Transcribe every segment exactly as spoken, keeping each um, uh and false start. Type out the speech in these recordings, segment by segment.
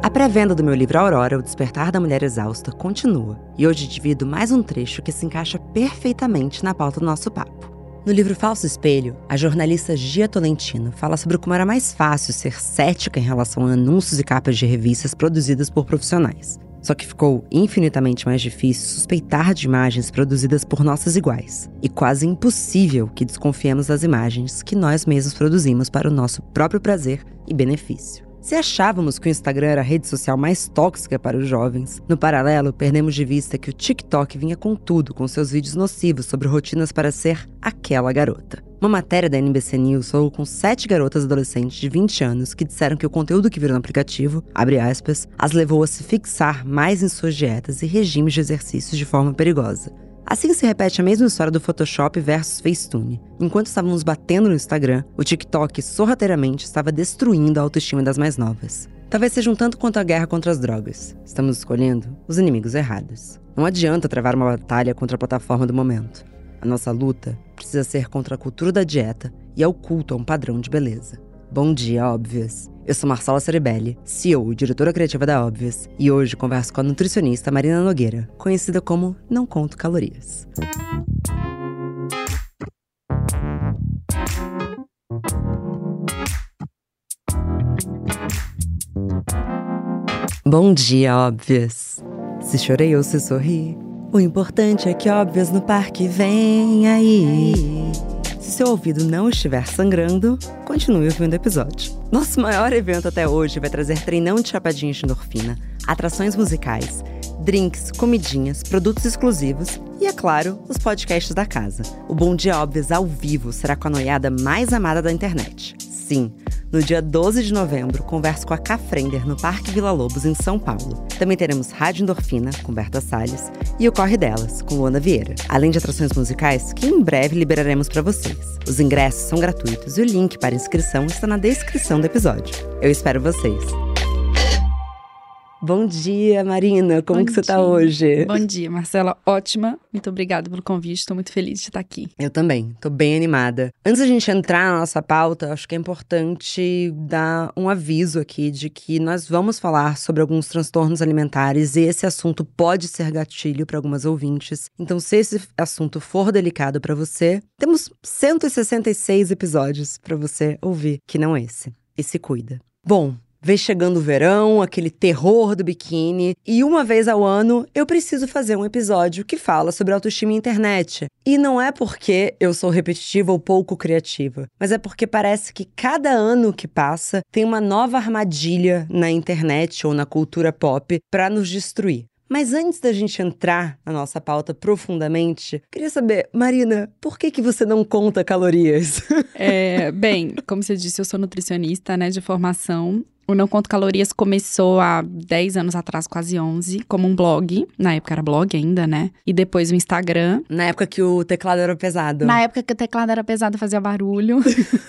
A pré-venda do meu livro Aurora, O Despertar da Mulher Exausta, continua. E hoje divido mais um trecho que se encaixa perfeitamente na pauta do nosso papo. No livro Falso Espelho, a jornalista Gia Tolentino fala sobre como era mais fácil ser cética em relação a anúncios e capas de revistas produzidas por profissionais. Só que ficou infinitamente mais difícil suspeitar de imagens produzidas por nossas iguais. E quase impossível que desconfiemos das imagens que nós mesmos produzimos para o nosso próprio prazer e benefício. Se achávamos que o Instagram era a rede social mais tóxica para os jovens, no paralelo, perdemos de vista que o TikTok vinha com tudo, com seus vídeos nocivos sobre rotinas para ser aquela garota. Uma matéria da N B C News falou com sete garotas adolescentes de vinte anos que disseram que o conteúdo que viram no aplicativo, abre aspas, as levou a se fixar mais em suas dietas e regimes de exercícios de forma perigosa. Assim se repete a mesma história do Photoshop versus Facetune. Enquanto estávamos batendo no Instagram, o TikTok sorrateiramente estava destruindo a autoestima das mais novas. Talvez seja um tanto quanto a guerra contra as drogas. Estamos escolhendo os inimigos errados. Não adianta travar uma batalha contra a plataforma do momento. A nossa luta precisa ser contra a cultura da dieta e ao culto a um padrão de beleza. Bom dia, Óbvias! Eu sou Marcela Ceribelli, C E O e diretora criativa da Óbvias, e hoje converso com a nutricionista Marina Nogueira, conhecida como Não Conto Calorias. Bom dia, Óbvias! Se chorei ou se sorri, o importante é que Óbvias no parque vem aí. Se seu ouvido não estiver sangrando, continue ouvindo o episódio. Nosso maior evento até hoje vai trazer treinão de chapadinha de endorfina, atrações musicais, drinks, comidinhas, produtos exclusivos e, é claro, os podcasts da casa. O Bom Dia Óbvias ao vivo será com a noiada mais amada da internet. Sim, no dia doze de novembro, converso com a Cafrender no Parque Vila Lobos, em São Paulo. Também teremos Rádio Endorfina, com Berta Salles, e o Corre Delas, com Luana Vieira. Além de atrações musicais, que em breve liberaremos para vocês. Os ingressos são gratuitos e o link para inscrição está na descrição do episódio. Eu espero vocês! Bom dia, Marina! Como Bom que você dia. tá hoje? Bom dia, Marcela. Ótima. Muito obrigada pelo convite. Estou muito feliz de estar aqui. Eu também. Tô bem animada. Antes da gente entrar na nossa pauta, acho que é importante dar um aviso aqui de que nós vamos falar sobre alguns transtornos alimentares e esse assunto pode ser gatilho para algumas ouvintes. Então, se esse assunto for delicado para você, temos cento e sessenta e seis episódios para você ouvir, que não esse. E se cuida. Bom, vê chegando o verão, aquele terror do biquíni, e uma vez ao ano eu preciso fazer um episódio que fala sobre autoestima e internet. E não é porque eu sou repetitiva ou pouco criativa, mas é porque parece que cada ano que passa tem uma nova armadilha na internet ou na cultura pop para nos destruir. Mas antes da gente entrar na nossa pauta profundamente, queria saber, Marina, por que que você não conta calorias? É, bem, como você disse, eu sou nutricionista, né, de formação. O Não Conto Calorias começou há dez anos atrás, quase onze, como um blog. Na época era blog ainda, né? E depois o Instagram. Na época que o teclado era pesado. Na época que o teclado era pesado, fazia barulho.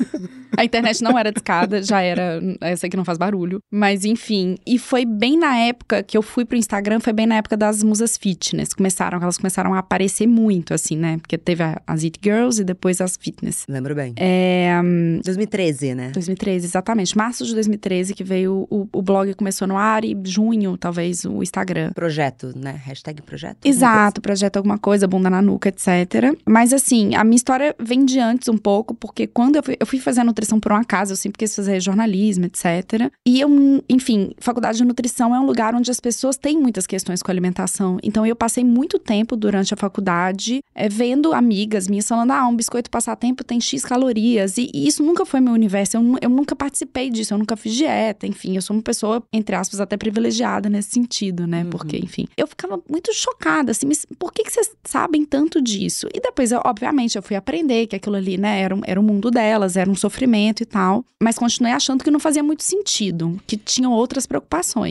A internet não era discada, já era essa que não faz barulho. Mas enfim, e foi bem na época que eu fui pro Instagram, foi bem na época das musas fitness. Começaram, elas começaram a aparecer muito, assim, né? Porque teve as It Girls e depois as fitness. Lembro bem. É... dois mil e treze, né? dois mil e treze, exatamente. Março de dois mil e treze que veio o, o blog, começou no ar, e junho, talvez, o Instagram. Projeto, né? Hashtag projeto. Exato, projeto alguma coisa, bunda na nuca, etcétera. Mas assim, a minha história vem de antes um pouco, porque quando eu fui, eu fui fazer a nutrição por um acaso, eu sempre quis fazer jornalismo, etcétera. E eu, enfim, faculdade de nutrição é um lugar onde as pessoas têm muitas questões com alimentação. Então eu passei muito tempo durante a faculdade é, vendo amigas minhas falando, ah, um biscoito passatempo tem X calorias. E, e isso nunca foi meu universo, eu, eu nunca participei disso, eu nunca fiz dieta, enfim. Eu sou uma pessoa, entre aspas, até privilegiada nesse sentido, né? Uhum. Porque, enfim, eu ficava muito chocada, assim, mas por que que vocês sabem tanto disso? E depois, eu, obviamente, eu fui aprender que aquilo ali, né, era, um, era o mundo delas, era um sofrimento e tal. Mas continuei achando que não fazia muito sentido, que tinham outras preocupações.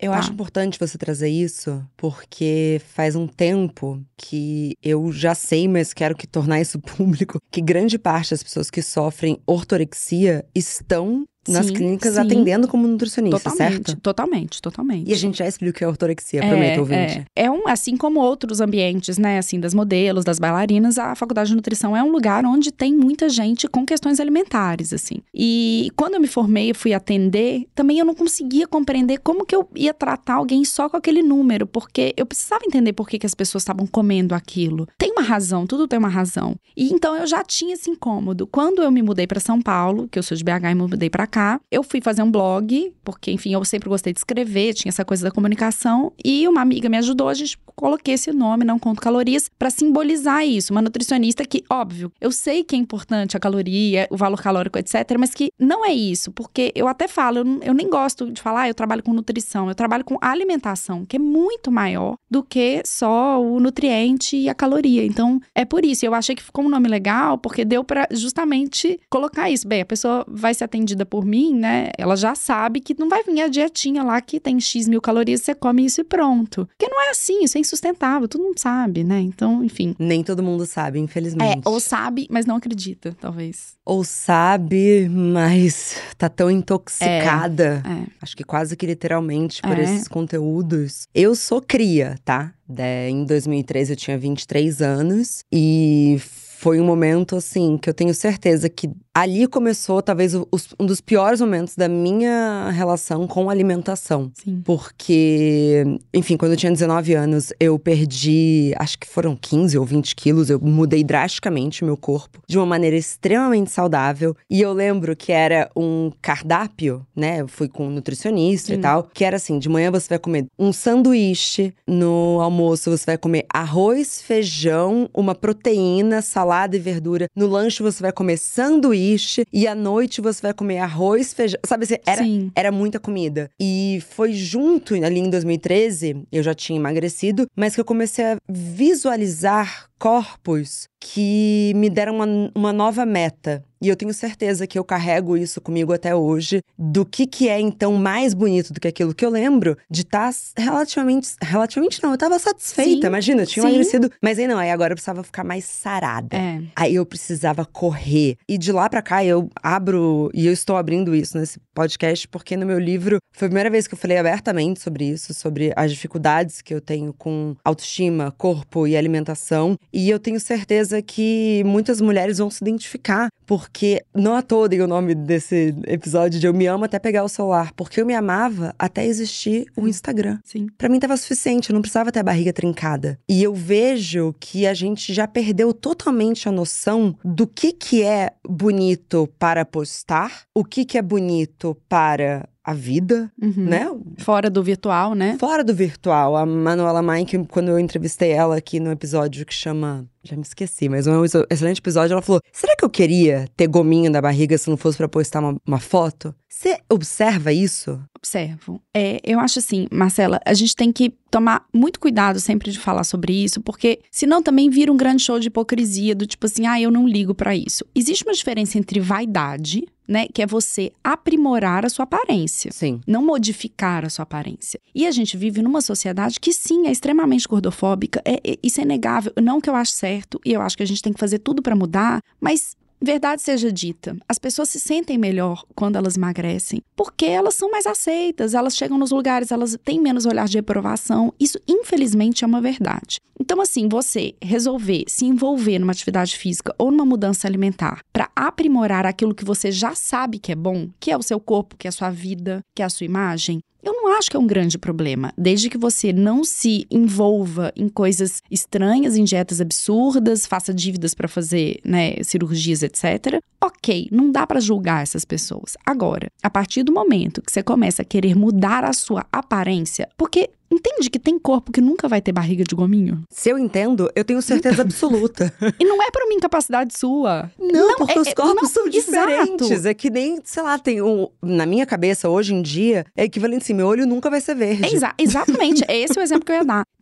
Eu tá? acho importante você trazer isso, porque faz um tempo que eu já sei, mas quero que tornar isso público, que grande parte das pessoas que sofrem ortorexia estão nas Sim, clínicas sim. atendendo como nutricionista, Totalmente, certo? totalmente, totalmente. E a gente já explica o que é ortorexia, É, prometo, ouvinte. É. é um, assim como outros ambientes, né, assim, das modelos, das bailarinas, a faculdade de nutrição é um lugar onde tem muita gente com questões alimentares, assim. E quando eu me formei e fui atender, também eu não conseguia compreender como que eu ia tratar alguém só com aquele número, porque eu precisava entender por que, que as pessoas estavam comendo aquilo. Tem uma razão, tudo tem uma razão. E então eu já tinha esse incômodo. Quando eu me mudei para São Paulo, que eu sou de B H e me mudei para cá, eu fui fazer um blog, porque, enfim, eu sempre gostei de escrever, tinha essa coisa da comunicação, e uma amiga me ajudou, a gente coloquei esse nome, Não Conto Calorias, pra simbolizar isso. Uma nutricionista que, óbvio, eu sei que é importante a caloria, o valor calórico, etcétera, mas que não é isso, porque eu até falo, eu, eu nem gosto de falar, ah, eu trabalho com nutrição, eu trabalho com alimentação, que é muito maior do que só o nutriente e a caloria. Então, é por isso, eu achei que ficou um nome legal, porque deu pra justamente colocar isso. Bem, a pessoa vai ser atendida por mim, né? Ela já sabe que não vai vir a dietinha lá que tem X mil calorias, você come isso e pronto. Porque não é assim, isso é insustentável, todo mundo sabe, né? Então, enfim. Nem todo mundo sabe, infelizmente. É, ou sabe, mas não acredita, talvez. Ou sabe, mas tá tão intoxicada. É, é. Acho que quase que literalmente por É. esses conteúdos. Eu sou cria, tá? De, em dois mil e treze eu tinha vinte e três anos e foi um momento, assim, que eu tenho certeza que ali começou, talvez, o, os, um dos piores momentos da minha relação com alimentação. Sim. Porque, enfim, quando eu tinha dezenove anos, eu perdi, acho que foram quinze ou vinte quilos. Eu mudei drasticamente o meu corpo, de uma maneira extremamente saudável. E eu lembro que era um cardápio, né? Eu fui com um nutricionista Sim. e tal. Que era assim, de manhã você vai comer um sanduíche, no almoço você vai comer arroz, feijão, uma proteína, salada e verdura. No lanche você vai comer sanduíche. E à noite você vai comer arroz, feijão. Sabe assim, era, era muita comida. E foi junto, ali em dois mil e treze, eu já tinha emagrecido, mas que eu comecei a visualizar corpos que me deram uma, uma nova meta. E eu tenho certeza que eu carrego isso comigo até hoje, do que que é, então, mais bonito do que aquilo que eu lembro de estar tá relativamente… Relativamente não, eu tava satisfeita, Sim, imagina, eu tinha sim. emagrecido. Mas aí não, aí agora eu precisava ficar mais sarada. É. Aí eu precisava correr. E de lá pra cá eu abro, e eu estou abrindo isso nesse podcast, porque no meu livro foi a primeira vez que eu falei abertamente sobre isso, sobre as dificuldades que eu tenho com autoestima, corpo e alimentação. E eu tenho certeza que muitas mulheres vão se identificar, porque não à toa dei o nome desse episódio de Eu Me Amo Até Pegar o Celular, porque eu me amava até existir o Instagram. Sim. Pra mim tava suficiente, eu não precisava ter a barriga trincada. E eu vejo que a gente já perdeu totalmente a noção do que que é bonito para postar, o que que é bonito para a vida, Uhum. né? Fora do virtual, né? Fora do virtual. A Manuela Mike, quando eu entrevistei ela aqui no episódio que chama… Já me esqueci, mas é um excelente episódio. Ela falou, será que eu queria ter gominho na barriga se não fosse pra postar uma, uma foto? Você observa isso? Observo. É, eu acho assim, Marcela, a gente tem que tomar muito cuidado sempre de falar sobre isso, porque senão também vira um grande show de hipocrisia, do tipo assim, ah, eu não ligo pra isso. Existe uma diferença entre vaidade, né, que é você aprimorar a sua aparência. Sim. Não modificar a sua aparência. E a gente vive numa sociedade que sim, é extremamente gordofóbica, é, é, isso é inegável. Não que eu acho certo, e eu acho que a gente tem que fazer tudo pra mudar, mas… Verdade seja dita, as pessoas se sentem melhor quando elas emagrecem, porque elas são mais aceitas, elas chegam nos lugares, elas têm menos olhar de reprovação. Isso, infelizmente, é uma verdade. Então, assim, você resolver se envolver numa atividade física ou numa mudança alimentar para aprimorar aquilo que você já sabe que é bom, que é o seu corpo, que é a sua vida, que é a sua imagem, eu não acho que é um grande problema, desde que você não se envolva em coisas estranhas, em dietas absurdas, faça dívidas para fazer, né, cirurgias, etcétera. Ok, não dá para julgar essas pessoas. Agora, a partir do momento que você começa a querer mudar a sua aparência, porque… Entende que tem corpo que nunca vai ter barriga de gominho? Se eu entendo, eu tenho certeza absoluta. E não é por uma incapacidade sua. Não, não porque é, os corpos não, são diferentes. Exato. É que nem, sei lá, tem um… Na minha cabeça, hoje em dia, é equivalente assim, meu olho nunca vai ser verde. É exa- exatamente, é esse o exemplo que eu ia dar.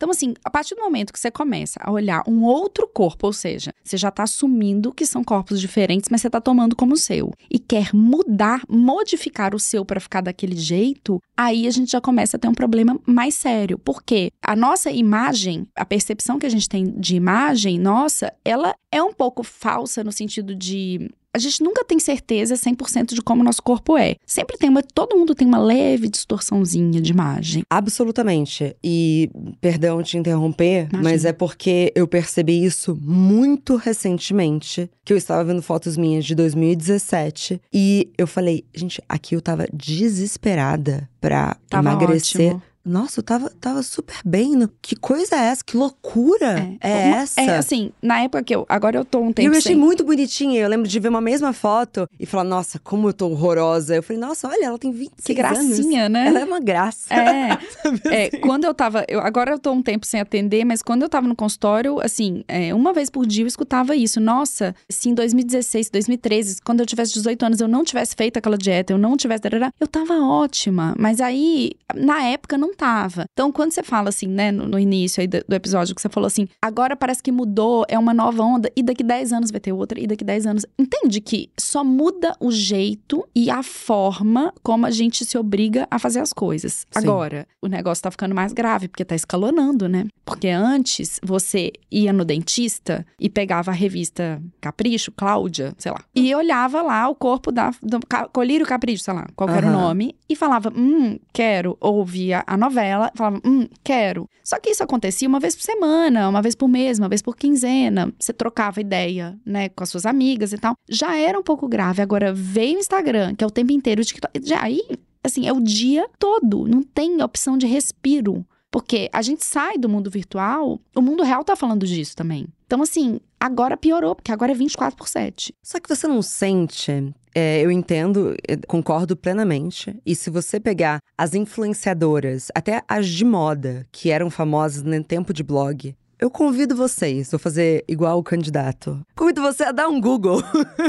Então, assim, a partir do momento que você começa a olhar um outro corpo, ou seja, você já tá assumindo que são corpos diferentes, mas você tá tomando como seu, e quer mudar, modificar o seu pra ficar daquele jeito, aí a gente já começa a ter um problema mais sério. Porque a nossa imagem, a percepção que a gente tem de imagem, nossa, ela é um pouco falsa no sentido de... A gente nunca tem certeza cem por cento de como o nosso corpo é. Sempre tem uma... Todo mundo tem uma leve distorçãozinha de imagem. Absolutamente. E, perdão te interromper, Imagina. Mas é porque eu percebi isso muito recentemente. Que eu estava vendo fotos minhas de dois mil e dezessete. E eu falei, gente, aqui eu tava desesperada pra Tava emagrecer. ótimo. Nossa, eu tava, tava super bem. No... Que coisa é essa? Que loucura é, é Uma, essa? É, assim, na época que eu... Agora eu tô um tempo E eu achei sem... muito bonitinha. Eu lembro de ver uma mesma foto e falar, nossa, como eu tô horrorosa. Eu falei, nossa, olha, ela tem vinte e seis anos. Que gracinha, né? Ela é uma graça. É, é assim? quando eu tava... Eu, agora eu tô um tempo sem atender, mas quando eu tava no consultório, assim, é, uma vez por dia eu escutava isso. Nossa, se em dois mil e dezesseis, dois mil e treze, quando eu tivesse dezoito anos, eu não tivesse feito aquela dieta, eu não tivesse... Eu tava ótima, mas aí, na época, não tava. Então, quando você fala assim, né, no, no início aí do, do episódio, que você falou assim, agora parece que mudou, é uma nova onda, e daqui dez anos vai ter outra, e daqui dez anos... Entende que só muda o jeito e a forma como a gente se obriga a fazer as coisas. Sim. Agora, o negócio tá ficando mais grave, porque tá escalonando, né? Porque antes, você ia no dentista e pegava a revista Capricho, Cláudia, sei lá, e olhava lá o corpo da, do Colírio Capricho, sei lá, qual que era o Aham. nome, e falava, hum, quero, ouvia a novela, falava, hum, quero. Só que isso acontecia uma vez por semana, uma vez por mês, uma vez por quinzena. Você trocava ideia, né, com as suas amigas e tal. Já era um pouco grave. Agora veio o Instagram, que é o tempo inteiro, o TikTok. Já aí, assim, é o dia todo. Não tem opção de respiro. Porque a gente sai do mundo virtual, o mundo real tá falando disso também. Então, assim, agora piorou, porque agora é vinte e quatro por sete. Só que você não sente... É, eu entendo, eu concordo plenamente. E se você pegar as influenciadoras, até as de moda, que eram famosas no tempo de blog, eu convido vocês, vou fazer igual o candidato. Convido você a dar um Google.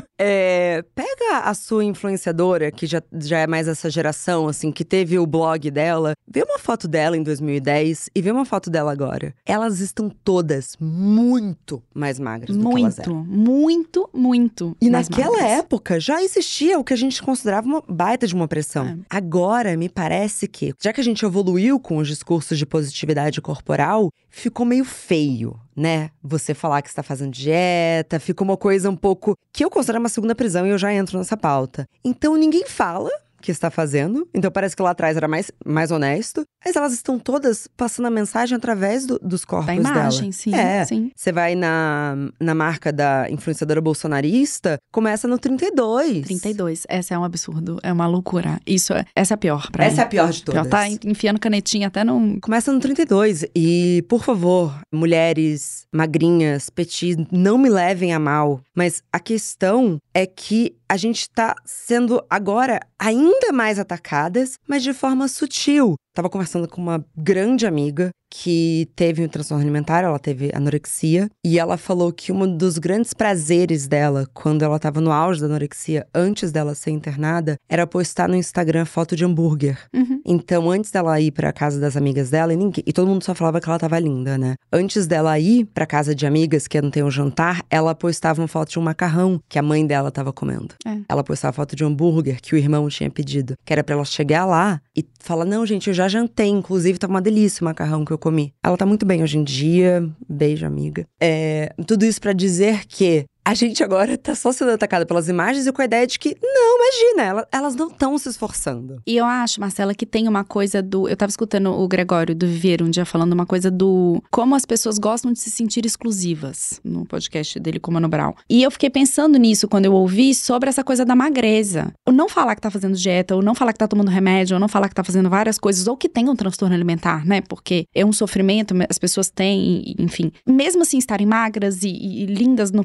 é, pega a sua influenciadora, que já, já é mais essa geração, assim, que teve o blog dela. Vê uma foto dela em dois mil e dez e vê uma foto dela agora. Elas estão todas muito mais magras do que elas eram. Muito, muito, muito. E mais naquela magras. época já existia o que a gente considerava uma baita de uma opressão. É. Agora, me parece que, já que a gente evoluiu com os discursos de positividade corporal, ficou meio feio, né? Você falar que está fazendo dieta, ficou uma coisa um pouco que eu considero uma segunda prisão e eu já entro nessa pauta. Então ninguém fala que está fazendo, então parece que lá atrás era mais, mais honesto, mas elas estão todas passando a mensagem através do, dos corpos Da imagem, dela. sim, é. sim. Você vai na, na marca da influenciadora bolsonarista, começa no trinta e dois. trinta e dois, essa é um absurdo, é uma loucura. Isso é, essa é a pior pra Essa mim. é a pior de todas. Ela tá enfiando canetinha até no... Começa no trinta e dois. E, por favor, mulheres magrinhas, petit, não me levem a mal. Mas a questão é que a gente tá sendo agora ainda mais atacadas, mas de forma sutil. Tava conversando com uma grande amiga que teve um transtorno alimentar, ela teve anorexia. E ela falou que um dos grandes prazeres dela, quando ela tava no auge da anorexia, antes dela ser internada, era postar no Instagram foto de hambúrguer. Uhum. Então, antes dela ir pra casa das amigas dela, e, ninguém, e todo mundo só falava que ela tava linda, né? Antes dela ir pra casa de amigas, que não tem um jantar, ela postava uma foto de um macarrão que a mãe dela tava comendo. É. Ela postava foto de um hambúrguer que o irmão tinha pedido. Que era pra ela chegar lá e falar, não, gente, eu já jantei. Inclusive, tá uma delícia o macarrão que eu comi. Ela tá muito bem hoje em dia. Beijo, amiga. É, tudo isso pra dizer que a gente agora tá só sendo atacada pelas imagens e com a ideia de que, não, imagina, ela, elas não estão se esforçando. E eu acho, Marcela, que tem uma coisa do... Eu tava escutando o Gregório do Viveiro um dia falando uma coisa do... Como as pessoas gostam de se sentir exclusivas, no podcast dele com o Mano Brown. E eu fiquei pensando nisso quando eu ouvi sobre essa coisa da magreza. Ou não falar que tá fazendo dieta, ou não falar que tá tomando remédio, ou não falar que tá fazendo várias coisas, ou que tem um transtorno alimentar, né? Porque é um sofrimento, as pessoas têm, enfim. Mesmo assim, estarem magras e, e lindas no ponto de vista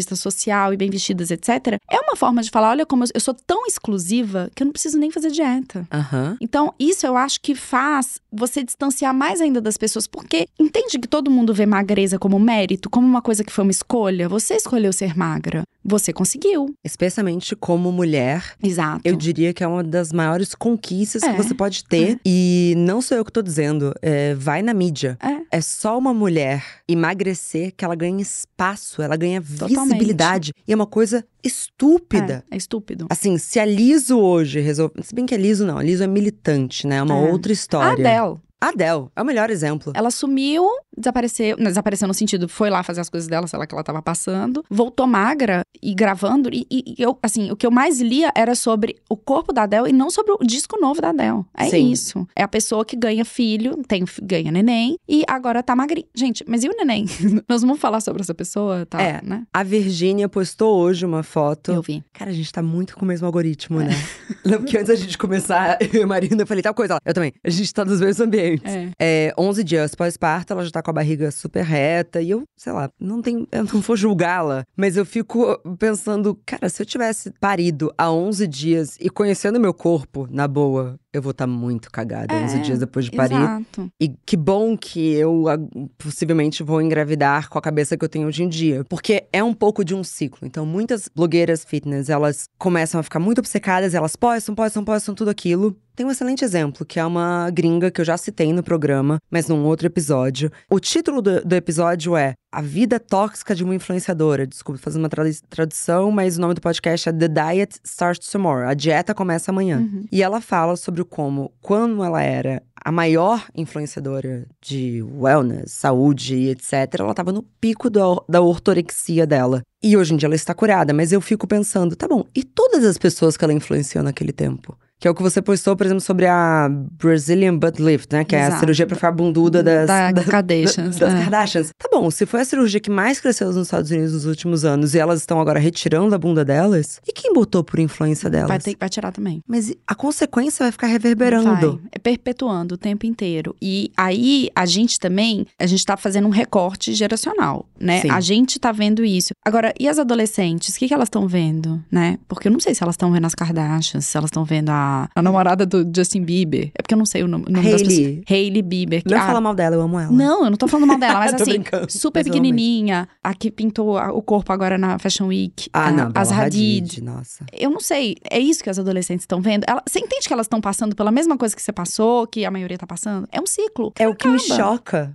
conquista social e bem vestidas, etcétera, é uma forma de falar, olha como eu, eu sou tão exclusiva que eu não preciso nem fazer dieta. Uhum. Então, isso eu acho que faz você distanciar mais ainda das pessoas, porque entende que todo mundo vê magreza como mérito, como uma coisa que foi uma escolha. Você escolheu ser magra. Você conseguiu. Especialmente como mulher. Exato. Eu diria que é uma das maiores conquistas É, que você pode ter. é. E não sou eu que tô dizendo, é, vai na mídia. É. É só uma mulher emagrecer que ela ganha espaço, ela ganha Totalmente. visibilidade. E é uma coisa estúpida. É, é estúpido. Assim, se a Liso hoje resolve… Se bem que a Liso não, a Liso é militante, né? É uma É. outra A história. Adele. A Adele é o melhor exemplo. Ela sumiu, desapareceu. Não, desapareceu no sentido, foi lá fazer as coisas dela, sei lá, que ela tava passando. Voltou magra e gravando. E, e, e eu, assim, o que eu mais lia era sobre o corpo da Adele e não sobre o disco novo da Adele. É Sim. isso. É a pessoa que ganha filho, tem, ganha neném e agora tá magrinha. Gente, mas e o neném? Nós vamos falar sobre essa pessoa, tá? É. Né? A Virgínia postou hoje uma foto. Eu vi. Cara, a gente tá muito com o mesmo algoritmo, né? Não, porque antes da gente começar, eu e a Marina, eu falei tal coisa. Ela, eu também. A gente tá nos mesmos ambientes. É. É, onze dias pós-parto, ela já tá com a barriga super reta. E eu, sei lá, não tem, eu não vou julgá-la. Mas eu fico pensando, cara, se eu tivesse parido há onze dias e conhecendo meu corpo, na boa… Eu vou estar tá muito cagada É, onze dias depois de parir. Exato. E que bom que eu a, possivelmente vou engravidar com a cabeça que eu tenho hoje em dia. Porque é um pouco de um ciclo. Então, muitas blogueiras fitness, elas começam a ficar muito obcecadas. Elas postam, postam, postam tudo aquilo. Tem um excelente exemplo, que é uma gringa que eu já citei no programa, mas num outro episódio. O título do, do episódio é A Vida Tóxica de uma Influenciadora. Desculpa fazer uma tradu- tradução, mas o nome do podcast é The Diet Starts Tomorrow. A dieta começa amanhã. Uhum. E ela fala sobre como, quando ela era a maior influenciadora de wellness, saúde e etcétera, ela tava no pico da, da ortorexia dela. E hoje em dia ela está curada, mas eu fico pensando, tá bom, e todas as pessoas que ela influenciou naquele tempo? Que é o que você postou, por exemplo, sobre a Brazilian Butt Lift, né? Que Exato. é a cirurgia pra ficar bunduda das… Da das Kardashians, Das é. Kardashians. Tá bom, se foi a cirurgia que mais cresceu nos Estados Unidos nos últimos anos e elas estão agora retirando a bunda delas, e quem botou por influência delas? Vai, ter, vai tirar também. Mas a consequência vai ficar reverberando. Vai, é perpetuando o tempo inteiro. E aí, a gente também, a gente tá fazendo um recorte geracional, né? Sim. A gente tá vendo isso. Agora, e as adolescentes? O que, que elas estão vendo, né? Porque eu não sei se elas estão vendo as Kardashians, se elas estão vendo a, a namorada do Justin Bieber. É porque eu não sei o nome, o nome das Hailey. pessoas. Hailey Bieber. Não ah, fala mal dela, eu amo ela. Não, eu não tô falando mal dela, mas Tô assim, brincando, super mas eu amo pequenininha, a que pintou a- o corpo agora na Fashion Week. Ah, a- não, as Bella Hadid. Hadid, nossa. Eu não sei, é isso que as adolescentes estão vendo? Ela, você entende que elas estão passando pela mesma coisa que você passou, que a maioria tá passando? É um ciclo. É o que me acaba. choca,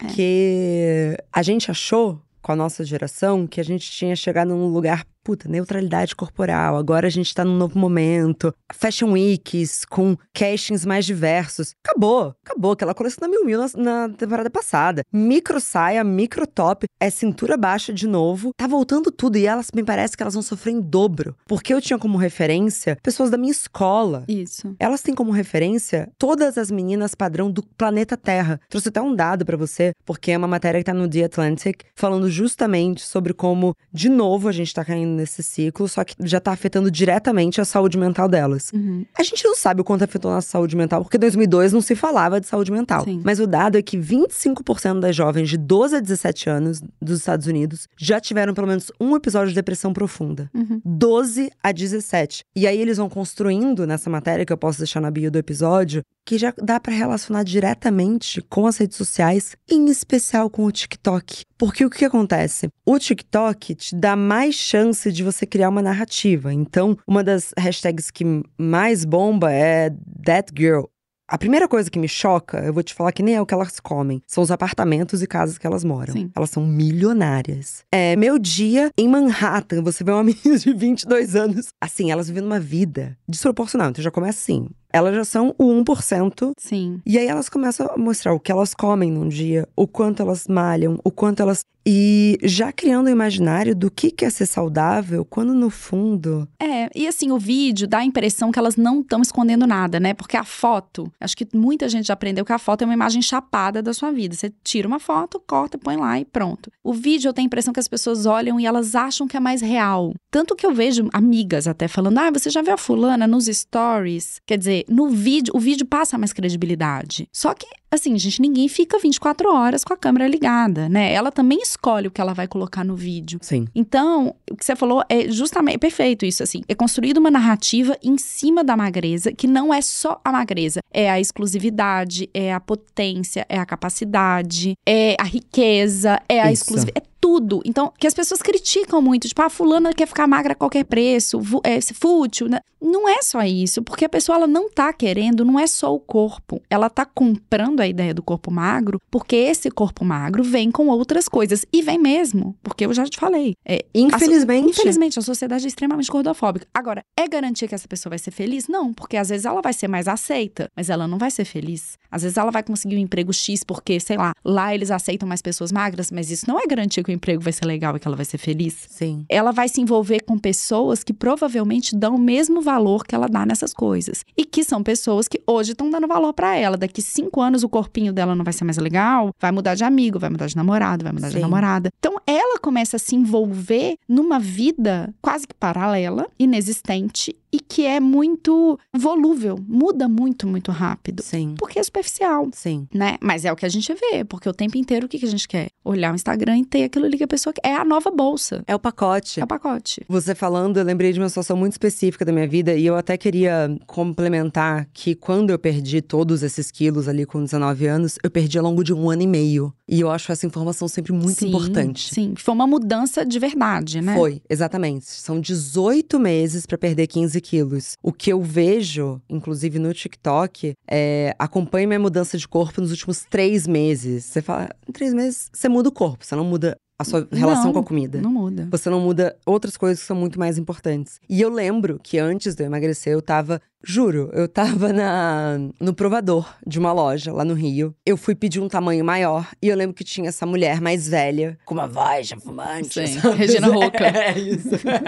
porque a gente achou, com a nossa geração, que a gente tinha chegado num lugar… Puta, neutralidade corporal, agora a gente tá num novo momento. Fashion Weeks, com castings mais diversos. Acabou, acabou. Aquela coleção da Miu Miu na, na temporada passada. Micro saia, micro top, é cintura baixa de novo. Tá voltando tudo e elas, me parece que elas vão sofrer em dobro. Porque eu tinha como referência pessoas da minha escola. Isso. Elas têm como referência todas as meninas padrão do planeta Terra. Trouxe até um dado pra você, porque é uma matéria que tá no The Atlantic, falando justamente sobre como, de novo, a gente tá caindo nesse ciclo, só que já tá afetando diretamente a saúde mental delas. Uhum. A gente não sabe o quanto afetou a nossa saúde mental, porque em dois mil e dois não se falava de saúde mental. Sim. Mas o dado é que vinte e cinco por cento das jovens de doze a dezessete anos dos Estados Unidos já tiveram pelo menos um episódio de depressão profunda. Uhum. doze a dezessete. E aí eles vão construindo nessa matéria, que eu posso deixar na bio do episódio, que já dá pra relacionar diretamente com as redes sociais, em especial com o TikTok. Porque o que acontece? O TikTok te dá mais chance de você criar uma narrativa. Então, uma das hashtags que mais bomba é That Girl. A primeira coisa que me choca, eu vou te falar que nem é o que elas comem, são os apartamentos e casas que elas moram. Sim. Elas são milionárias. É, meu dia em Manhattan, você vê uma menina de vinte e dois anos. Assim, elas vivendo uma vida desproporcional. Então já começa assim. Elas já são o um por cento. Sim. E aí elas começam a mostrar o que elas comem num dia, o quanto elas malham, o quanto elas… E já criando o imaginário do que que é ser saudável, quando no fundo… É, e assim, o vídeo dá a impressão que elas não estão escondendo nada, né? Porque a foto, acho que muita gente já aprendeu que a foto é uma imagem chapada da sua vida. Você tira uma foto, corta, põe lá e pronto. O vídeo eu tenho a impressão que as pessoas olham e elas acham que é mais real. Tanto que eu vejo amigas até falando, ah, você já viu a fulana nos stories? Quer dizer, no vídeo, o vídeo passa mais credibilidade. Só que, assim, gente, ninguém fica vinte e quatro horas com a câmera ligada, né? Ela também escolhe o que ela vai colocar no vídeo. Sim. Então, o que você falou é justamente, é perfeito isso, assim. É construída uma narrativa em cima da magreza, que não é só a magreza. É a exclusividade, é a potência, é a capacidade, é a riqueza, é a exclusividade. É tudo. Então, que as pessoas criticam muito. Tipo, a fulana quer ficar magra a qualquer preço, é fútil, né? Não é só isso. Porque a pessoa, ela não tá querendo, não é só o corpo. Ela tá comprando a ideia do corpo magro, porque esse corpo magro vem com outras coisas. E vem mesmo. Porque eu já te falei. É, infelizmente. A, infelizmente, a sociedade é extremamente gordofóbica. Agora, é garantia que essa pessoa vai ser feliz? Não. Porque às vezes ela vai ser mais aceita, mas ela não vai ser feliz. Às vezes ela vai conseguir um emprego X, porque, sei lá, lá eles aceitam mais pessoas magras, mas isso não é garantia que o emprego vai ser legal e que ela vai ser feliz. Sim. Ela vai se envolver com pessoas que provavelmente dão o mesmo valor que ela dá nessas coisas. E que são pessoas que hoje estão dando valor pra ela. Daqui cinco anos o corpinho dela não vai ser mais legal, vai mudar de amigo, vai mudar de namorado, vai mudar Sim. de namorada. Então ela começa a se envolver numa vida quase que paralela, inexistente, e que é muito volúvel, muda muito, muito rápido. Sim. Porque é superficial. Sim. Né? Mas é o que a gente vê, porque o tempo inteiro o que, que a gente quer? Olhar o Instagram e ter aquilo ali que a pessoa quer. É a nova bolsa. É o pacote. É o pacote. Você falando, eu lembrei de uma situação muito específica da minha vida e eu até queria complementar que quando eu perdi todos esses quilos ali com dezenove anos, eu perdi ao longo de um ano e meio. E eu acho essa informação sempre muito sim, importante. Sim, foi uma mudança de verdade, né? Foi, exatamente. São dezoito meses pra perder quinze quilos. O que eu vejo, inclusive no TikTok, é acompanhe minha mudança de corpo nos últimos três meses. Você fala, em três meses você muda o corpo, você não muda a sua relação não, com a comida. Não muda. Você não muda outras coisas que são muito mais importantes. E eu lembro que antes de eu emagrecer, eu tava… Juro, eu tava na, no provador de uma loja lá no Rio. Eu fui pedir um tamanho maior e eu lembro que tinha essa mulher mais velha, com uma voz de fumante. Sim, Regina Roca. É isso.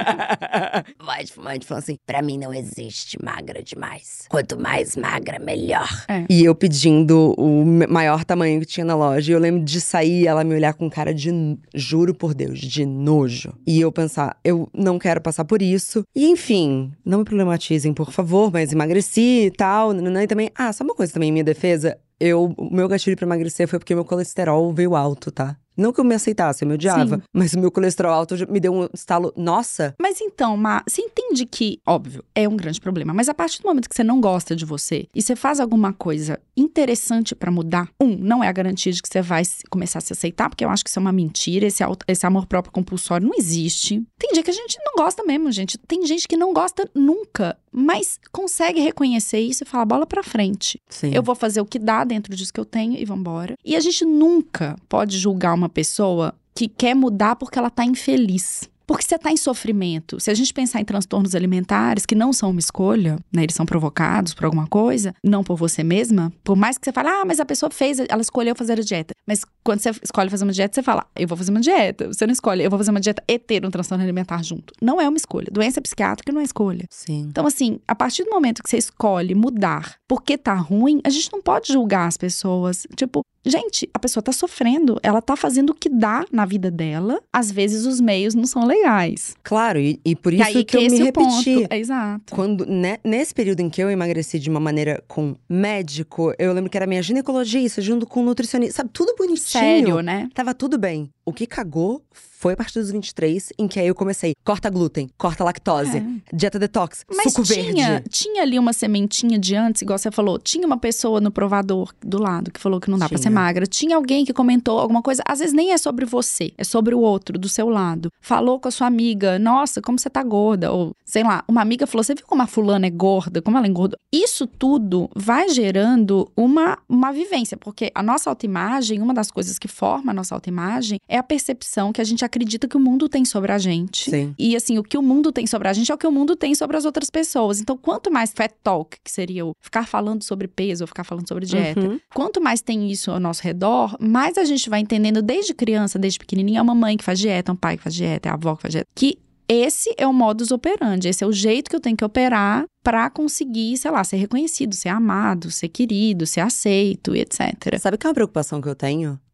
Voz de fumante, falando assim, pra mim não existe magra demais. Quanto mais magra, melhor. É. E eu pedindo o maior tamanho que tinha na loja. E eu lembro de sair e ela me olhar com cara de… Juro por Deus, de nojo. E eu pensar, eu não quero passar por isso. E enfim, não me problematizem, por favor, mas emagreci e tal. E também, ah, só uma coisa também em minha defesa. Eu, o meu gatilho pra emagrecer foi porque meu colesterol veio alto, tá? Não que eu me aceitasse, eu me odiava. Sim. Mas o meu colesterol alto me deu um estalo, nossa. Mas então, Ma, você entende que, óbvio, é um grande problema. Mas a partir do momento que você não gosta de você e você faz alguma coisa interessante pra mudar, um, não é a garantia de que você vai começar a se aceitar, porque eu acho que isso é uma mentira, esse, esse amor próprio compulsório não existe. Tem dia que a gente não gosta mesmo, gente. Tem gente que não gosta nunca, mas consegue reconhecer isso e falar, bola pra frente. Sim. Eu vou fazer o que dá dentro disso que eu tenho e vambora. E a gente nunca pode julgar uma pessoa que quer mudar porque ela tá infeliz. Porque você tá em sofrimento. Se a gente pensar em transtornos alimentares, que não são uma escolha, né? Eles são provocados por alguma coisa, não por você mesma. Por mais que você fale, ah, mas a pessoa fez, ela escolheu fazer a dieta. Mas quando você escolhe fazer uma dieta, você fala, eu vou fazer uma dieta. Você não escolhe, eu vou fazer uma dieta e ter um transtorno alimentar junto. Não é uma escolha. Doença psiquiátrica não é escolha. Sim. Então, assim, a partir do momento que você escolhe mudar porque tá ruim, a gente não pode julgar as pessoas. Tipo, gente, a pessoa tá sofrendo, ela tá fazendo o que dá na vida dela. Às vezes os meios não são legais. Claro, e, e por isso e aí, que, que eu me é repeti. É, exato. Quando, né, nesse período em que eu emagreci de uma maneira com médico, eu lembro que era minha ginecologista junto com nutricionista, sabe, tudo bonitinho. Sério, né? Tava tudo bem. O que cagou foi a partir dos vinte e três, em que aí eu comecei, corta glúten, corta lactose, é. dieta detox, Mas suco tinha, verde. tinha ali uma sementinha de antes, igual você falou, tinha uma pessoa no provador do lado que falou que não dá tinha. pra ser magra, tinha alguém que comentou alguma coisa, às vezes nem é sobre você, é sobre o outro, do seu lado. Falou com a sua amiga, nossa, como você tá gorda, ou sei lá, uma amiga falou, você viu como a fulana é gorda, como ela é engordou? Isso tudo vai gerando uma, uma vivência, porque a nossa autoimagem, uma das coisas que forma a nossa autoimagem é a percepção que a gente acredita que o mundo tem sobre a gente. Sim. E assim, o que o mundo tem sobre a gente é o que o mundo tem sobre as outras pessoas. Então, quanto mais fat talk, que seria o ficar falando sobre peso ou ficar falando sobre dieta, uhum. quanto mais tem isso ao nosso redor, mais a gente vai entendendo desde criança, desde pequenininha, é uma mãe que faz dieta, é um pai que faz dieta, é a avó que faz dieta, que esse é o modus operandi, esse é o jeito que eu tenho que operar pra conseguir, sei lá, ser reconhecido, ser amado, ser querido, ser aceito e etcétera. Sabe que é uma preocupação que eu tenho?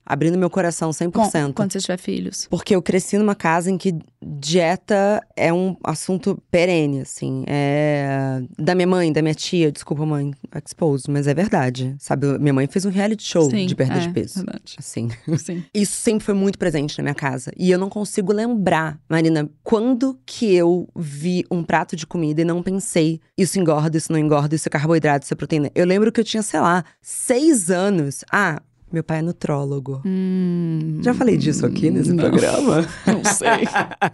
abrindo meu coração cem por cento. Quando você tiver filhos. Porque eu cresci numa casa em que dieta é um assunto perene, assim. É da minha mãe, da minha tia, desculpa mãe, expose, mas é verdade, sabe? Minha mãe fez um reality show Sim, de perda é, de peso. Verdade. Assim. Sim. Isso sempre foi muito presente na minha casa. E eu não consigo lembrar, Marina, quando que eu vi um prato de comida e não pensei, isso engorda, isso não engorda, isso é carboidrato, isso é proteína. Eu lembro que eu tinha, sei lá, seis anos. Ah, meu pai é nutrólogo. Hum, Já falei disso aqui nesse não, programa? Não sei.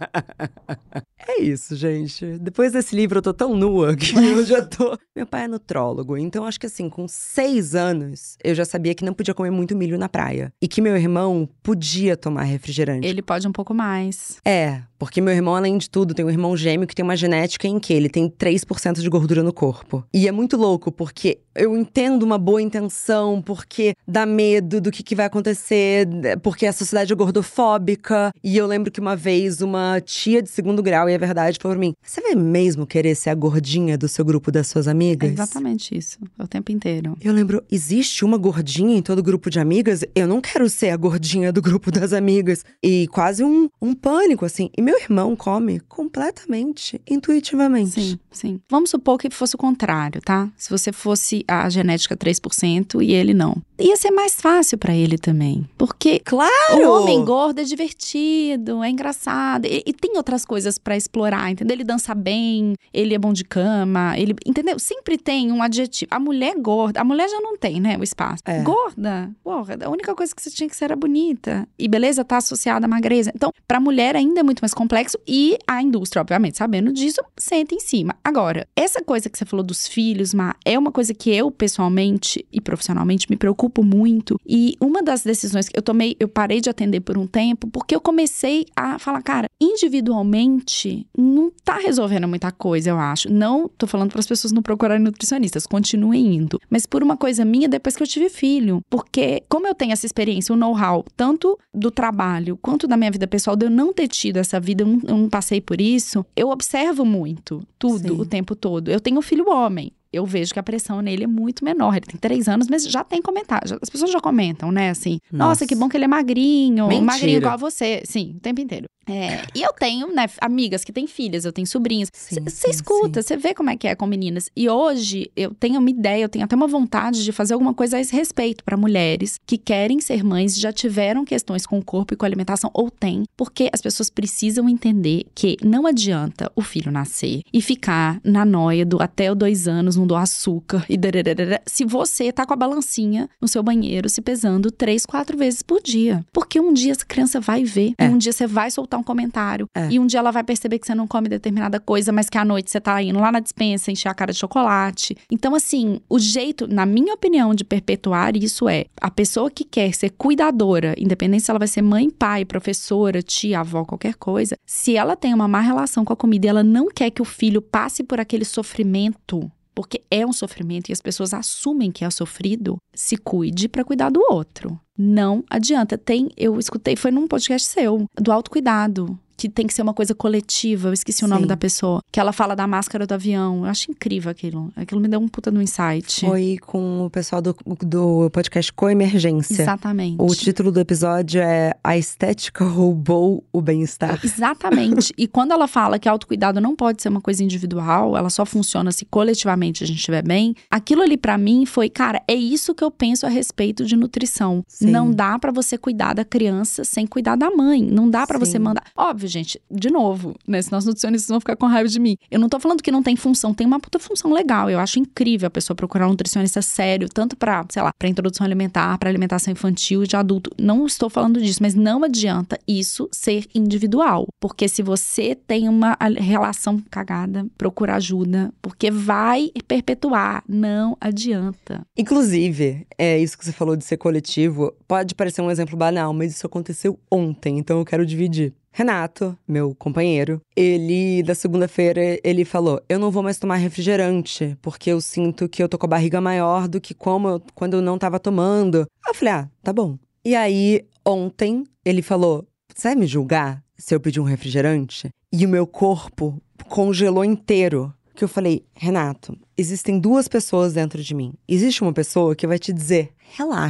É isso, gente. Depois desse livro eu tô tão nua que eu já tô… Meu pai é nutrólogo, então acho que assim, com seis anos, eu já sabia que não podia comer muito milho na praia. E que meu irmão podia tomar refrigerante. Ele pode um pouco mais. É, porque meu irmão, além de tudo, tem um irmão gêmeo que tem uma genética em que ele tem três por cento de gordura no corpo. E é muito louco, porque eu entendo uma boa intenção, porque dá medo do que, que vai acontecer, porque a sociedade é gordofóbica. E eu lembro que uma vez uma tia de segundo grau, e é verdade, falou pra mim: você vai mesmo querer ser a gordinha do seu grupo das suas amigas? É exatamente isso, o tempo inteiro. Eu lembro, existe uma gordinha em todo grupo de amigas? Eu não quero ser a gordinha do grupo das amigas. E quase um, um pânico, assim. E meu irmão come completamente, intuitivamente. Sim, sim. Vamos supor que fosse o contrário, tá? Se você fosse a genética três por cento e ele não. Ia ser mais fácil pra ele também. Porque claro! O homem gordo é divertido, é engraçado. E, e tem outras coisas pra explorar, entendeu? Ele dança bem, ele é bom de cama, ele… Entendeu? Sempre tem um adjetivo. A mulher gorda… A mulher já não tem, né, o espaço. É. Gorda, porra, a única coisa que você tinha que ser era bonita. E beleza tá associada à magreza. Então, pra mulher ainda é muito mais complexo. E a indústria, obviamente, sabendo disso, senta em cima. Agora, essa coisa que você falou dos filhos, Má, é uma coisa que eu, pessoalmente e profissionalmente, me preocupo muito. E uma das decisões que eu tomei, eu parei de atender por um tempo, porque eu comecei a falar, cara, individualmente não tá resolvendo muita coisa, eu acho. Não tô falando para as pessoas não procurarem nutricionistas, continuem indo. Mas por uma coisa minha, depois que eu tive filho. Porque como eu tenho essa experiência, o know-how, tanto do trabalho quanto da minha vida pessoal, de eu não ter tido essa vida, eu não, eu não passei por isso, eu observo muito, tudo, Sim. o tempo todo. Eu tenho um filho homem. Eu vejo que a pressão nele é muito menor. Ele tem três anos, mas já tem comentário. As pessoas já comentam, né? Assim, nossa, nossa que bom que ele é magrinho. Mentira. Magrinho igual a você. Sim, o tempo inteiro. É, e eu tenho, né, amigas que têm filhas, eu tenho sobrinhos. Você escuta, você vê como é que é com meninas. E hoje, eu tenho uma ideia, eu tenho até uma vontade de fazer alguma coisa a esse respeito para mulheres que querem ser mães, já tiveram questões com o corpo e com a alimentação, ou têm. Porque as pessoas precisam entender que não adianta o filho nascer e ficar na noia do até os dois anos, não dou açúcar e dararara, se você tá com a balancinha no seu banheiro se pesando três, quatro vezes por dia. Porque um dia essa criança vai ver, É. e um dia você vai soltar um comentário, É. e um dia ela vai perceber que você não come determinada coisa, mas que à noite você tá indo lá na despensa encher a cara de chocolate. Então, assim, o jeito, na minha opinião, de perpetuar isso é a pessoa que quer ser cuidadora, independente se ela vai ser mãe, pai, professora, tia, avó, qualquer coisa, se ela tem uma má relação com a comida e ela não quer que o filho passe por aquele sofrimento, porque é um sofrimento e as pessoas assumem que é sofrido, se cuide pra cuidar do outro. Não adianta. Tem, eu escutei, foi num podcast seu, do autocuidado, que tem que ser uma coisa coletiva. Eu esqueci o nome Sim. da pessoa. Que ela fala da máscara do avião. Eu acho incrível aquilo. Aquilo me deu um puta no insight. Foi com o pessoal do, do podcast Coemergência. Exatamente. O título do episódio é A Estética Roubou o Bem-Estar. Exatamente. E quando ela fala que autocuidado não pode ser uma coisa individual, ela só funciona se coletivamente a gente estiver bem, aquilo ali pra mim foi, cara, é isso que eu penso a respeito de nutrição. Sim. Não dá pra você cuidar da criança sem cuidar da mãe. Não dá pra Sim. você mandar… Óbvio, gente, de novo, né? Senão os nutricionistas vão ficar com raiva de mim. Eu não tô falando que não tem função, tem uma puta função legal. Eu acho incrível a pessoa procurar um nutricionista sério, tanto pra, sei lá, pra introdução alimentar, pra alimentação infantil e de adulto. Não estou falando disso, mas não adianta isso ser individual. Porque se você tem uma relação cagada, procura ajuda, porque vai perpetuar. Não adianta. Inclusive, é isso que você falou de ser coletivo, pode parecer um exemplo banal, mas isso aconteceu ontem, então eu quero dividir. Renato, meu companheiro, ele, da segunda-feira, ele falou: eu não vou mais tomar refrigerante, porque eu sinto que eu tô com a barriga maior do que como eu, quando eu não tava tomando. Eu falei, ah, tá bom. E aí, ontem, ele falou: você vai me julgar se eu pedir um refrigerante? E o meu corpo congelou inteiro. Que eu falei, Renato, existem duas pessoas dentro de mim. Existe uma pessoa que vai te dizer, relaxa.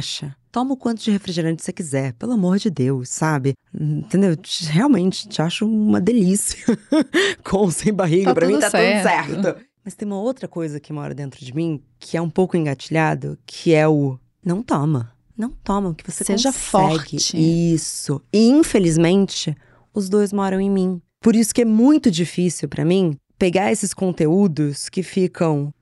toma o quanto de refrigerante você quiser, pelo amor de Deus, sabe? Entendeu? Realmente, te acho uma delícia. Com ou sem barriga, Tá pra mim tudo tá certo. tudo certo. Mas tem uma outra coisa que mora dentro de mim, que é um pouco engatilhado, que é o não toma. Não toma, que você Seja consegue. forte. Isso. E infelizmente, os dois moram em mim. Por isso que é muito difícil pra mim pegar esses conteúdos que ficam…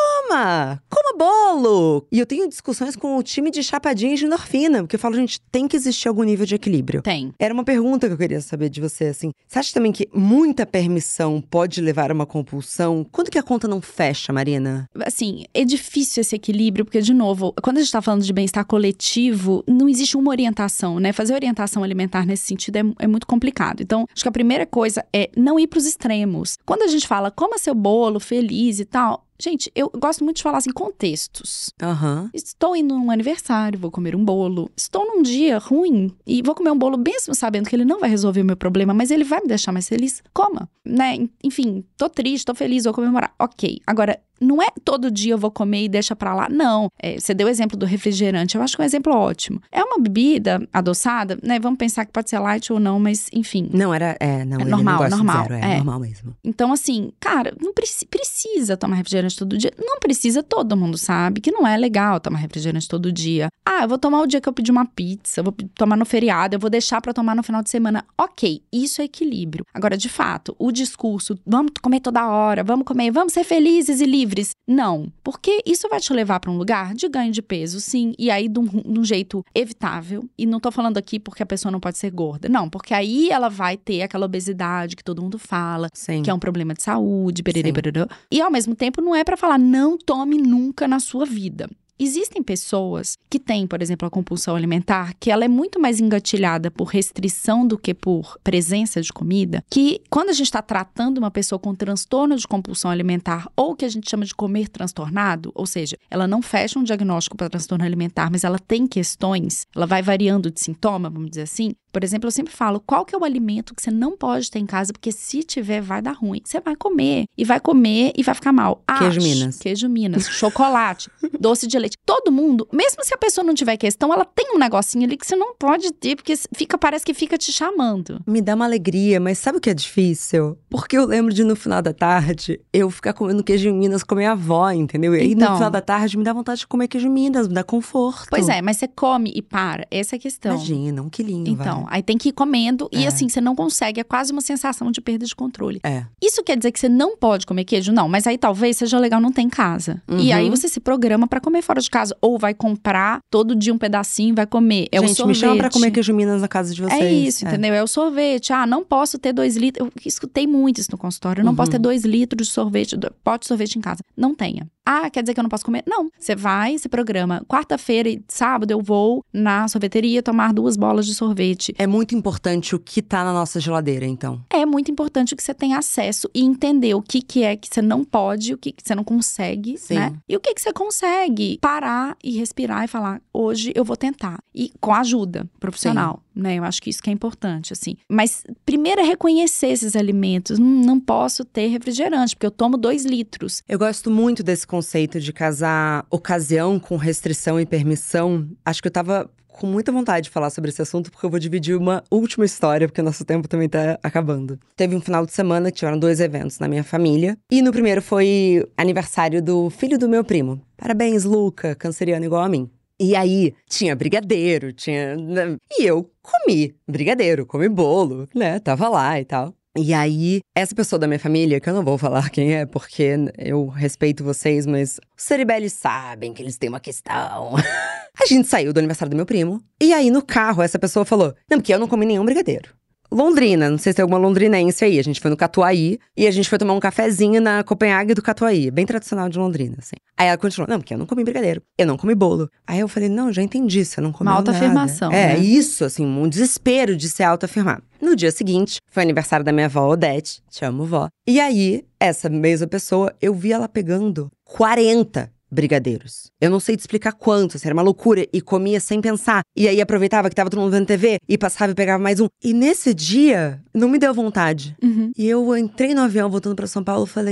Coma! Coma bolo! E eu tenho discussões com o time de chapadinhas de endorfina, porque eu falo, gente, tem que existir algum nível de equilíbrio. Tem. Era uma pergunta que eu queria saber de você, assim. Você acha também que muita permissão pode levar a uma compulsão? Quando que a conta não fecha, Marina? Assim, é difícil esse equilíbrio, porque, de novo, quando a gente tá falando de bem-estar coletivo, não existe uma orientação, né? Fazer orientação alimentar nesse sentido é, é muito complicado. Então, acho que a primeira coisa é não ir pros extremos. Quando a gente fala, coma seu bolo, feliz e tal… Gente, eu gosto muito de falar assim, contextos. Aham. Estou indo num aniversário, vou comer um bolo. Estou num dia ruim e vou comer um bolo mesmo sabendo que ele não vai resolver o meu problema, mas ele vai me deixar mais feliz. Coma, né? Enfim, tô triste, tô feliz, vou comemorar. Ok, agora… Não é todo dia eu vou comer e deixa pra lá. Não. É, você deu o exemplo do refrigerante. Eu acho que é um exemplo ótimo. É uma bebida adoçada, né? Vamos pensar que pode ser light ou não, mas enfim. Não, era… É, não, É ele normal, não gosta normal, de zero, é, é. normal mesmo. Então, assim, cara, não preci- precisa tomar refrigerante todo dia. Não precisa, todo mundo sabe que não é legal tomar refrigerante todo dia. Ah, eu vou tomar o dia que eu pedi uma pizza, eu vou tomar no feriado, eu vou deixar pra tomar no final de semana. Ok, isso é equilíbrio. Agora, de fato, o discurso, vamos comer toda hora, vamos comer, vamos ser felizes e livres. Não. Porque isso vai te levar para um lugar de ganho de peso, sim. E aí, de um, de um jeito evitável. E não tô falando aqui porque a pessoa não pode ser gorda. Não, porque aí ela vai ter aquela obesidade que todo mundo fala. Sim. Que é um problema de saúde, bererê, bererê. E ao mesmo tempo, não é para falar, não tome nunca na sua vida. Existem pessoas que têm, por exemplo, a compulsão alimentar, que ela é muito mais engatilhada por restrição do que por presença de comida, que quando a gente está tratando uma pessoa com transtorno de compulsão alimentar ou o que a gente chama de comer transtornado, ou seja, ela não fecha um diagnóstico para transtorno alimentar, mas ela tem questões, ela vai variando de sintoma, vamos dizer assim. Por exemplo, eu sempre falo, qual que é o alimento que você não pode ter em casa, porque se tiver vai dar ruim. Você vai comer, e vai comer e vai ficar mal. Ah, Queijo Minas. Queijo Minas, chocolate, doce de leite. Todo mundo, mesmo se a pessoa não tiver questão, ela tem um negocinho ali que você não pode ter, porque fica, parece que fica te chamando. Me dá uma alegria, mas sabe o que é difícil? Porque eu lembro de no final da tarde, eu ficar comendo queijo Minas com minha avó, entendeu? E aí Então, no final da tarde me dá vontade de comer queijo Minas, me dá conforto. Pois é, mas você come e para, essa é a questão. Imagina, um quilinho, Então, vai. aí tem que ir comendo e É. assim, você não consegue, é quase uma sensação de perda de controle. É. Isso quer dizer que você não pode comer queijo? Não, mas aí talvez seja legal não ter em casa. Uhum. E aí você se programa pra comer fora de casa. Ou vai comprar todo dia um pedacinho e vai comer. É Gente, o sorvete. me chama pra comer queijo Minas na casa de vocês. É isso, entendeu? É o sorvete. Ah, não posso ter dois litros. Eu escutei muito isso no consultório. Eu não Uhum. posso ter dois litros de sorvete, do- pote de sorvete em casa. Não tenha. Ah, quer dizer que eu não posso comer? Não. Você vai, se programa. Quarta-feira e sábado eu vou na sorveteria tomar duas bolas de sorvete. É muito importante o que tá na nossa geladeira, então. É muito importante que você tenha acesso e entender o que, que é que você não pode, o que, que você não consegue, Sim. né? E o que, que você consegue. Parar e respirar e falar, hoje eu vou tentar. E com ajuda profissional, né? Eu acho que isso que é importante, assim. Mas primeiro é reconhecer esses alimentos. Hum, não posso ter refrigerante, porque eu tomo dois litros. Eu gosto muito desse conceito de casar ocasião com restrição e permissão. Acho que eu tava com muita vontade de falar sobre esse assunto, porque eu vou dividir uma última história, porque nosso tempo também tá acabando. Teve um final de semana que tiveram dois eventos na minha família. E no primeiro foi aniversário do filho do meu primo. Parabéns, Luca, canceriano igual a mim. E aí, tinha brigadeiro, tinha… E eu comi brigadeiro, comi bolo, né? Tava lá e tal. E aí, essa pessoa da minha família, que eu não vou falar quem é, porque eu respeito vocês, mas os Ceribelli sabem que eles têm uma questão. A gente saiu do aniversário do meu primo, e aí no carro essa pessoa falou, não, porque eu não comi nenhum brigadeiro. Londrina, não sei se tem alguma londrinense aí, a gente foi no Catuaí, e a gente foi tomar um cafezinho na Copenhague do Catuaí, bem tradicional de Londrina, assim. Aí ela continuou, não, porque eu não comi brigadeiro, eu não comi bolo. Aí eu falei, não, já entendi, você não comeu Uma nada. autoafirmação, É, né? isso, assim, um desespero de se autoafirmar. No dia seguinte, foi aniversário da minha avó, Odete, te amo, vó. E aí, essa mesma pessoa, eu vi ela pegando quarenta brigadeiros. Eu não sei te explicar quantos, era uma loucura. E comia sem pensar. E aí aproveitava que tava todo mundo vendo T V e passava e pegava mais um. E nesse dia, não me deu vontade. Uhum. E eu entrei no avião voltando pra São Paulo e falei,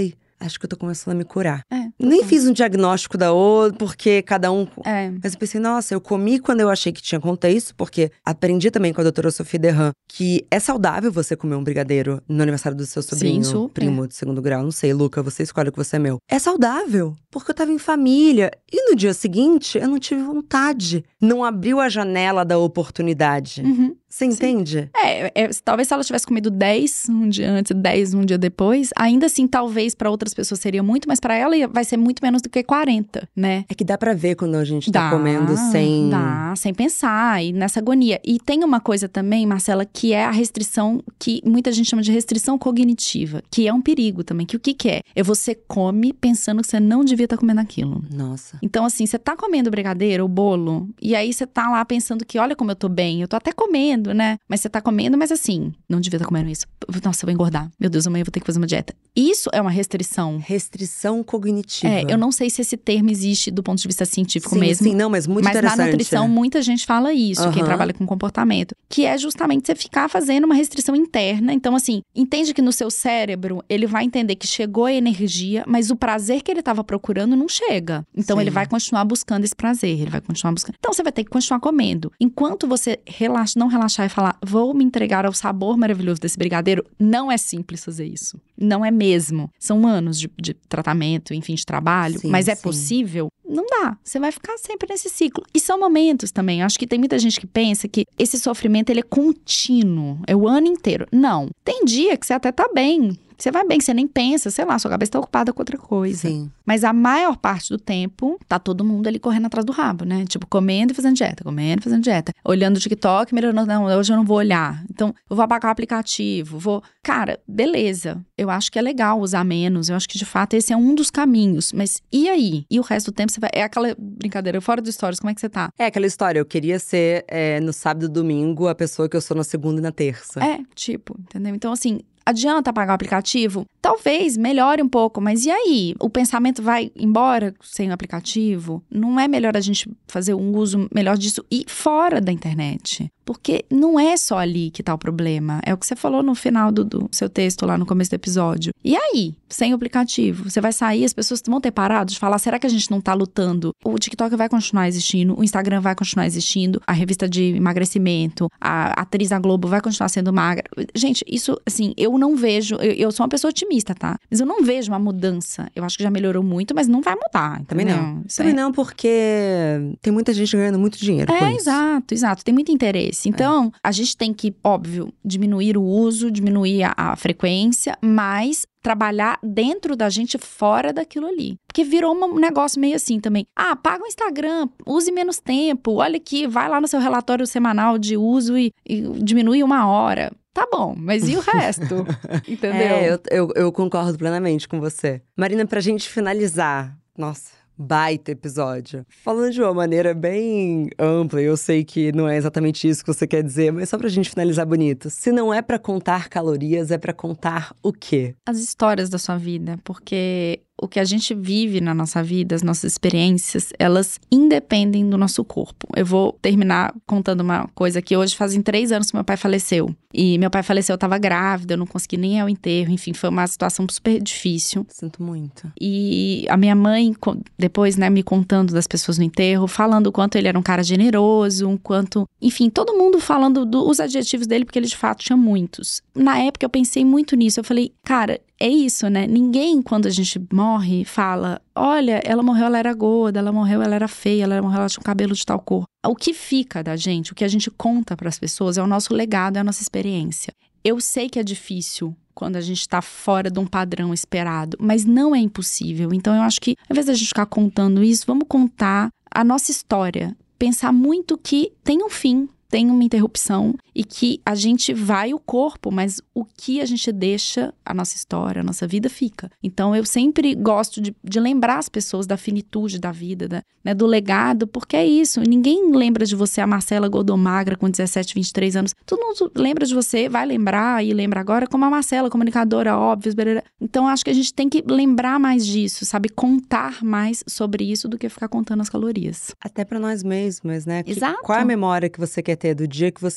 acho que eu tô começando a me curar. É, Nem fiz um diagnóstico da outra, porque cada um… É. Mas eu pensei, nossa, eu comi quando eu achei que tinha contexto, porque aprendi também com a doutora Sofia Derram que é saudável você comer um brigadeiro no aniversário do seu sobrinho, Sim, super. primo de segundo grau. Não sei, Luca, você escolhe o que você é meu. É saudável, porque eu tava em família. E no dia seguinte, eu não tive vontade. Não abriu a janela da oportunidade. Uhum. Você entende? É, é, talvez se ela tivesse comido dez um dia antes, dez um dia depois, ainda assim, talvez pra outras pessoas seria muito, mas pra ela vai ser muito menos do que quarenta, né? É que dá pra ver quando a gente tá Dá, comendo sem… Dá, sem pensar, e nessa agonia. E tem uma coisa também, Marcela, que é a restrição, que muita gente chama de restrição cognitiva, que é um perigo também. Que o que que é? É você come pensando que você não devia estar comendo aquilo. Nossa. Então, assim, você tá comendo brigadeiro ou bolo, e aí você tá lá pensando que, olha como eu tô bem, eu tô até comendo, né? Mas você tá comendo, mas assim, não devia estar comendo isso. Nossa, eu vou engordar. Meu Deus, amanhã eu vou ter que fazer uma dieta. Isso é uma restrição. Restrição cognitiva. É, eu não sei se esse termo existe do ponto de vista científico sim, mesmo. Sim, não, mas muito mas interessante. Mas na nutrição, muita gente fala isso, uhum. quem trabalha com comportamento. Que é justamente você ficar fazendo uma restrição interna. Então, assim, entende que no seu cérebro, ele vai entender que chegou a energia, mas o prazer que ele estava procurando não chega. Então, sim. ele vai continuar buscando esse prazer, ele vai continuar buscando. Então, você vai ter que continuar comendo. Enquanto você relaxa, não relaxar e falar, vou me entregar ao sabor maravilhoso desse brigadeiro, não é simples fazer isso. Não é mesmo. São anos de, de tratamento, enfim, de trabalho, sim, mas é sim. possível? Não dá. Você vai ficar sempre nesse ciclo. E são momentos também. Acho que tem muita gente que pensa que esse sofrimento, ele é contínuo. É o ano inteiro. Não. Tem dia que você até tá bem. Você vai bem, que você nem pensa, sei lá, sua cabeça tá ocupada com outra coisa. Sim. Mas a maior parte do tempo, tá todo mundo ali correndo atrás do rabo, né? Tipo, comendo e fazendo dieta, comendo e fazendo dieta. Olhando o TikTok, melhorando, não, hoje eu não vou olhar. Então, eu vou apagar o aplicativo, vou… Cara, beleza. Eu acho que é legal usar menos. Eu acho que, de fato, esse é um dos caminhos. Mas e aí? E o resto do tempo, você vai… É aquela brincadeira, fora do stories, como é que você tá? É aquela história, eu queria ser, é, no sábado e domingo, a pessoa que eu sou na segunda e na terça. É, tipo, entendeu? Então, assim… Adianta apagar o aplicativo? Talvez melhore um pouco, mas e aí? O pensamento vai embora sem o aplicativo? Não é melhor a gente fazer um uso melhor disso e fora da internet? Porque não é só ali que tá o problema. É o que você falou no final do, do seu texto lá no começo do episódio. E aí? Sem o aplicativo? Você vai sair, as pessoas vão ter parado de falar, será que a gente não tá lutando? O TikTok vai continuar existindo, o Instagram vai continuar existindo, a revista de emagrecimento, a atriz da Globo vai continuar sendo magra. Gente, isso, assim, eu não vejo… Eu, eu sou uma pessoa otimista, tá? Mas eu não vejo uma mudança. Eu acho que já melhorou muito, mas não vai mudar, entendeu? Também não. Isso Também é... não, porque tem muita gente ganhando muito dinheiro com É, isso. exato, exato. Tem muito interesse. Então, é. a gente tem que, óbvio, diminuir o uso, diminuir a, a frequência, mas trabalhar dentro da gente, fora daquilo ali. Porque virou um negócio meio assim também. Ah, paga o Instagram, use menos tempo. Olha aqui, vai lá no seu relatório semanal de uso e, e diminui uma hora. Tá bom, mas e o resto? Entendeu? É, eu, eu, eu concordo plenamente com você. Marina, pra gente finalizar… Nossa… Baita episódio. Falando de uma maneira bem ampla, eu sei que não é exatamente isso que você quer dizer, mas só pra gente finalizar bonito. Se não é pra contar calorias, é pra contar o quê? As histórias da sua vida, porque o que a gente vive na nossa vida, as nossas experiências, elas independem do nosso corpo. Eu vou terminar contando uma coisa que hoje fazem três anos que meu pai faleceu. E meu pai faleceu, eu tava grávida, eu não consegui nem ir ao enterro, enfim, foi uma situação super difícil. Sinto muito. E a minha mãe, depois, né, me contando das pessoas no enterro, falando o quanto ele era um cara generoso, o quanto… Enfim, todo mundo falando dos adjetivos dele, porque ele de fato tinha muitos. Na época eu pensei muito nisso, eu falei, cara… É isso, né? Ninguém, quando a gente morre, fala, olha, ela morreu, ela era gorda, ela morreu, ela era feia, ela morreu, ela tinha um cabelo de tal cor. O que fica da gente, o que a gente conta para as pessoas é o nosso legado, é a nossa experiência. Eu sei que é difícil quando a gente tá fora de um padrão esperado, mas não é impossível. Então eu acho que, ao invés da gente ficar contando isso, vamos contar a nossa história. Pensar muito que tem um fim, tem uma interrupção e que a gente vai o corpo, mas o que a gente deixa, a nossa história, a nossa vida fica. Então eu sempre gosto de, de lembrar as pessoas da finitude da vida, da, né, do legado, porque é isso. Ninguém lembra de você, a Marcela Gordomagra, com dezessete, vinte e três anos. Todo mundo lembra de você, vai lembrar e lembra agora como a Marcela, comunicadora, óbvio. Bererê. Então acho que a gente tem que lembrar mais disso, sabe? Contar mais sobre isso do que ficar contando as calorias. Até pra nós mesmos, né? Que, Exato. qual é a memória que você quer ter do dia que você não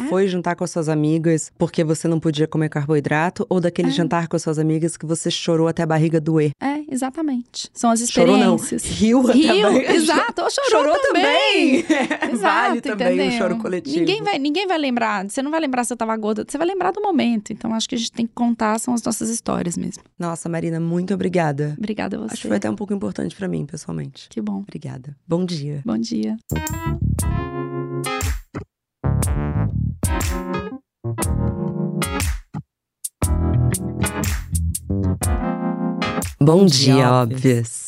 foi jantar com as suas amigas porque você não podia comer carboidrato, ou daquele É. jantar com as suas amigas que você chorou até a barriga doer. É, exatamente. São as Chorou não, experiências. riu até a Riu, barriga. exato. Ou chorou, Chorou também. também. Exato, Vale também entendeu? o choro coletivo. Ninguém vai, ninguém vai lembrar. Você não vai lembrar se eu tava gorda. Você vai lembrar do momento. Então, acho que a gente tem que contar, são as nossas histórias mesmo. Nossa, Marina, muito obrigada. Obrigada a você. Acho que foi até um pouco importante pra mim, pessoalmente. Que bom. Obrigada. Bom dia. Bom dia. Bom dia, óbvias.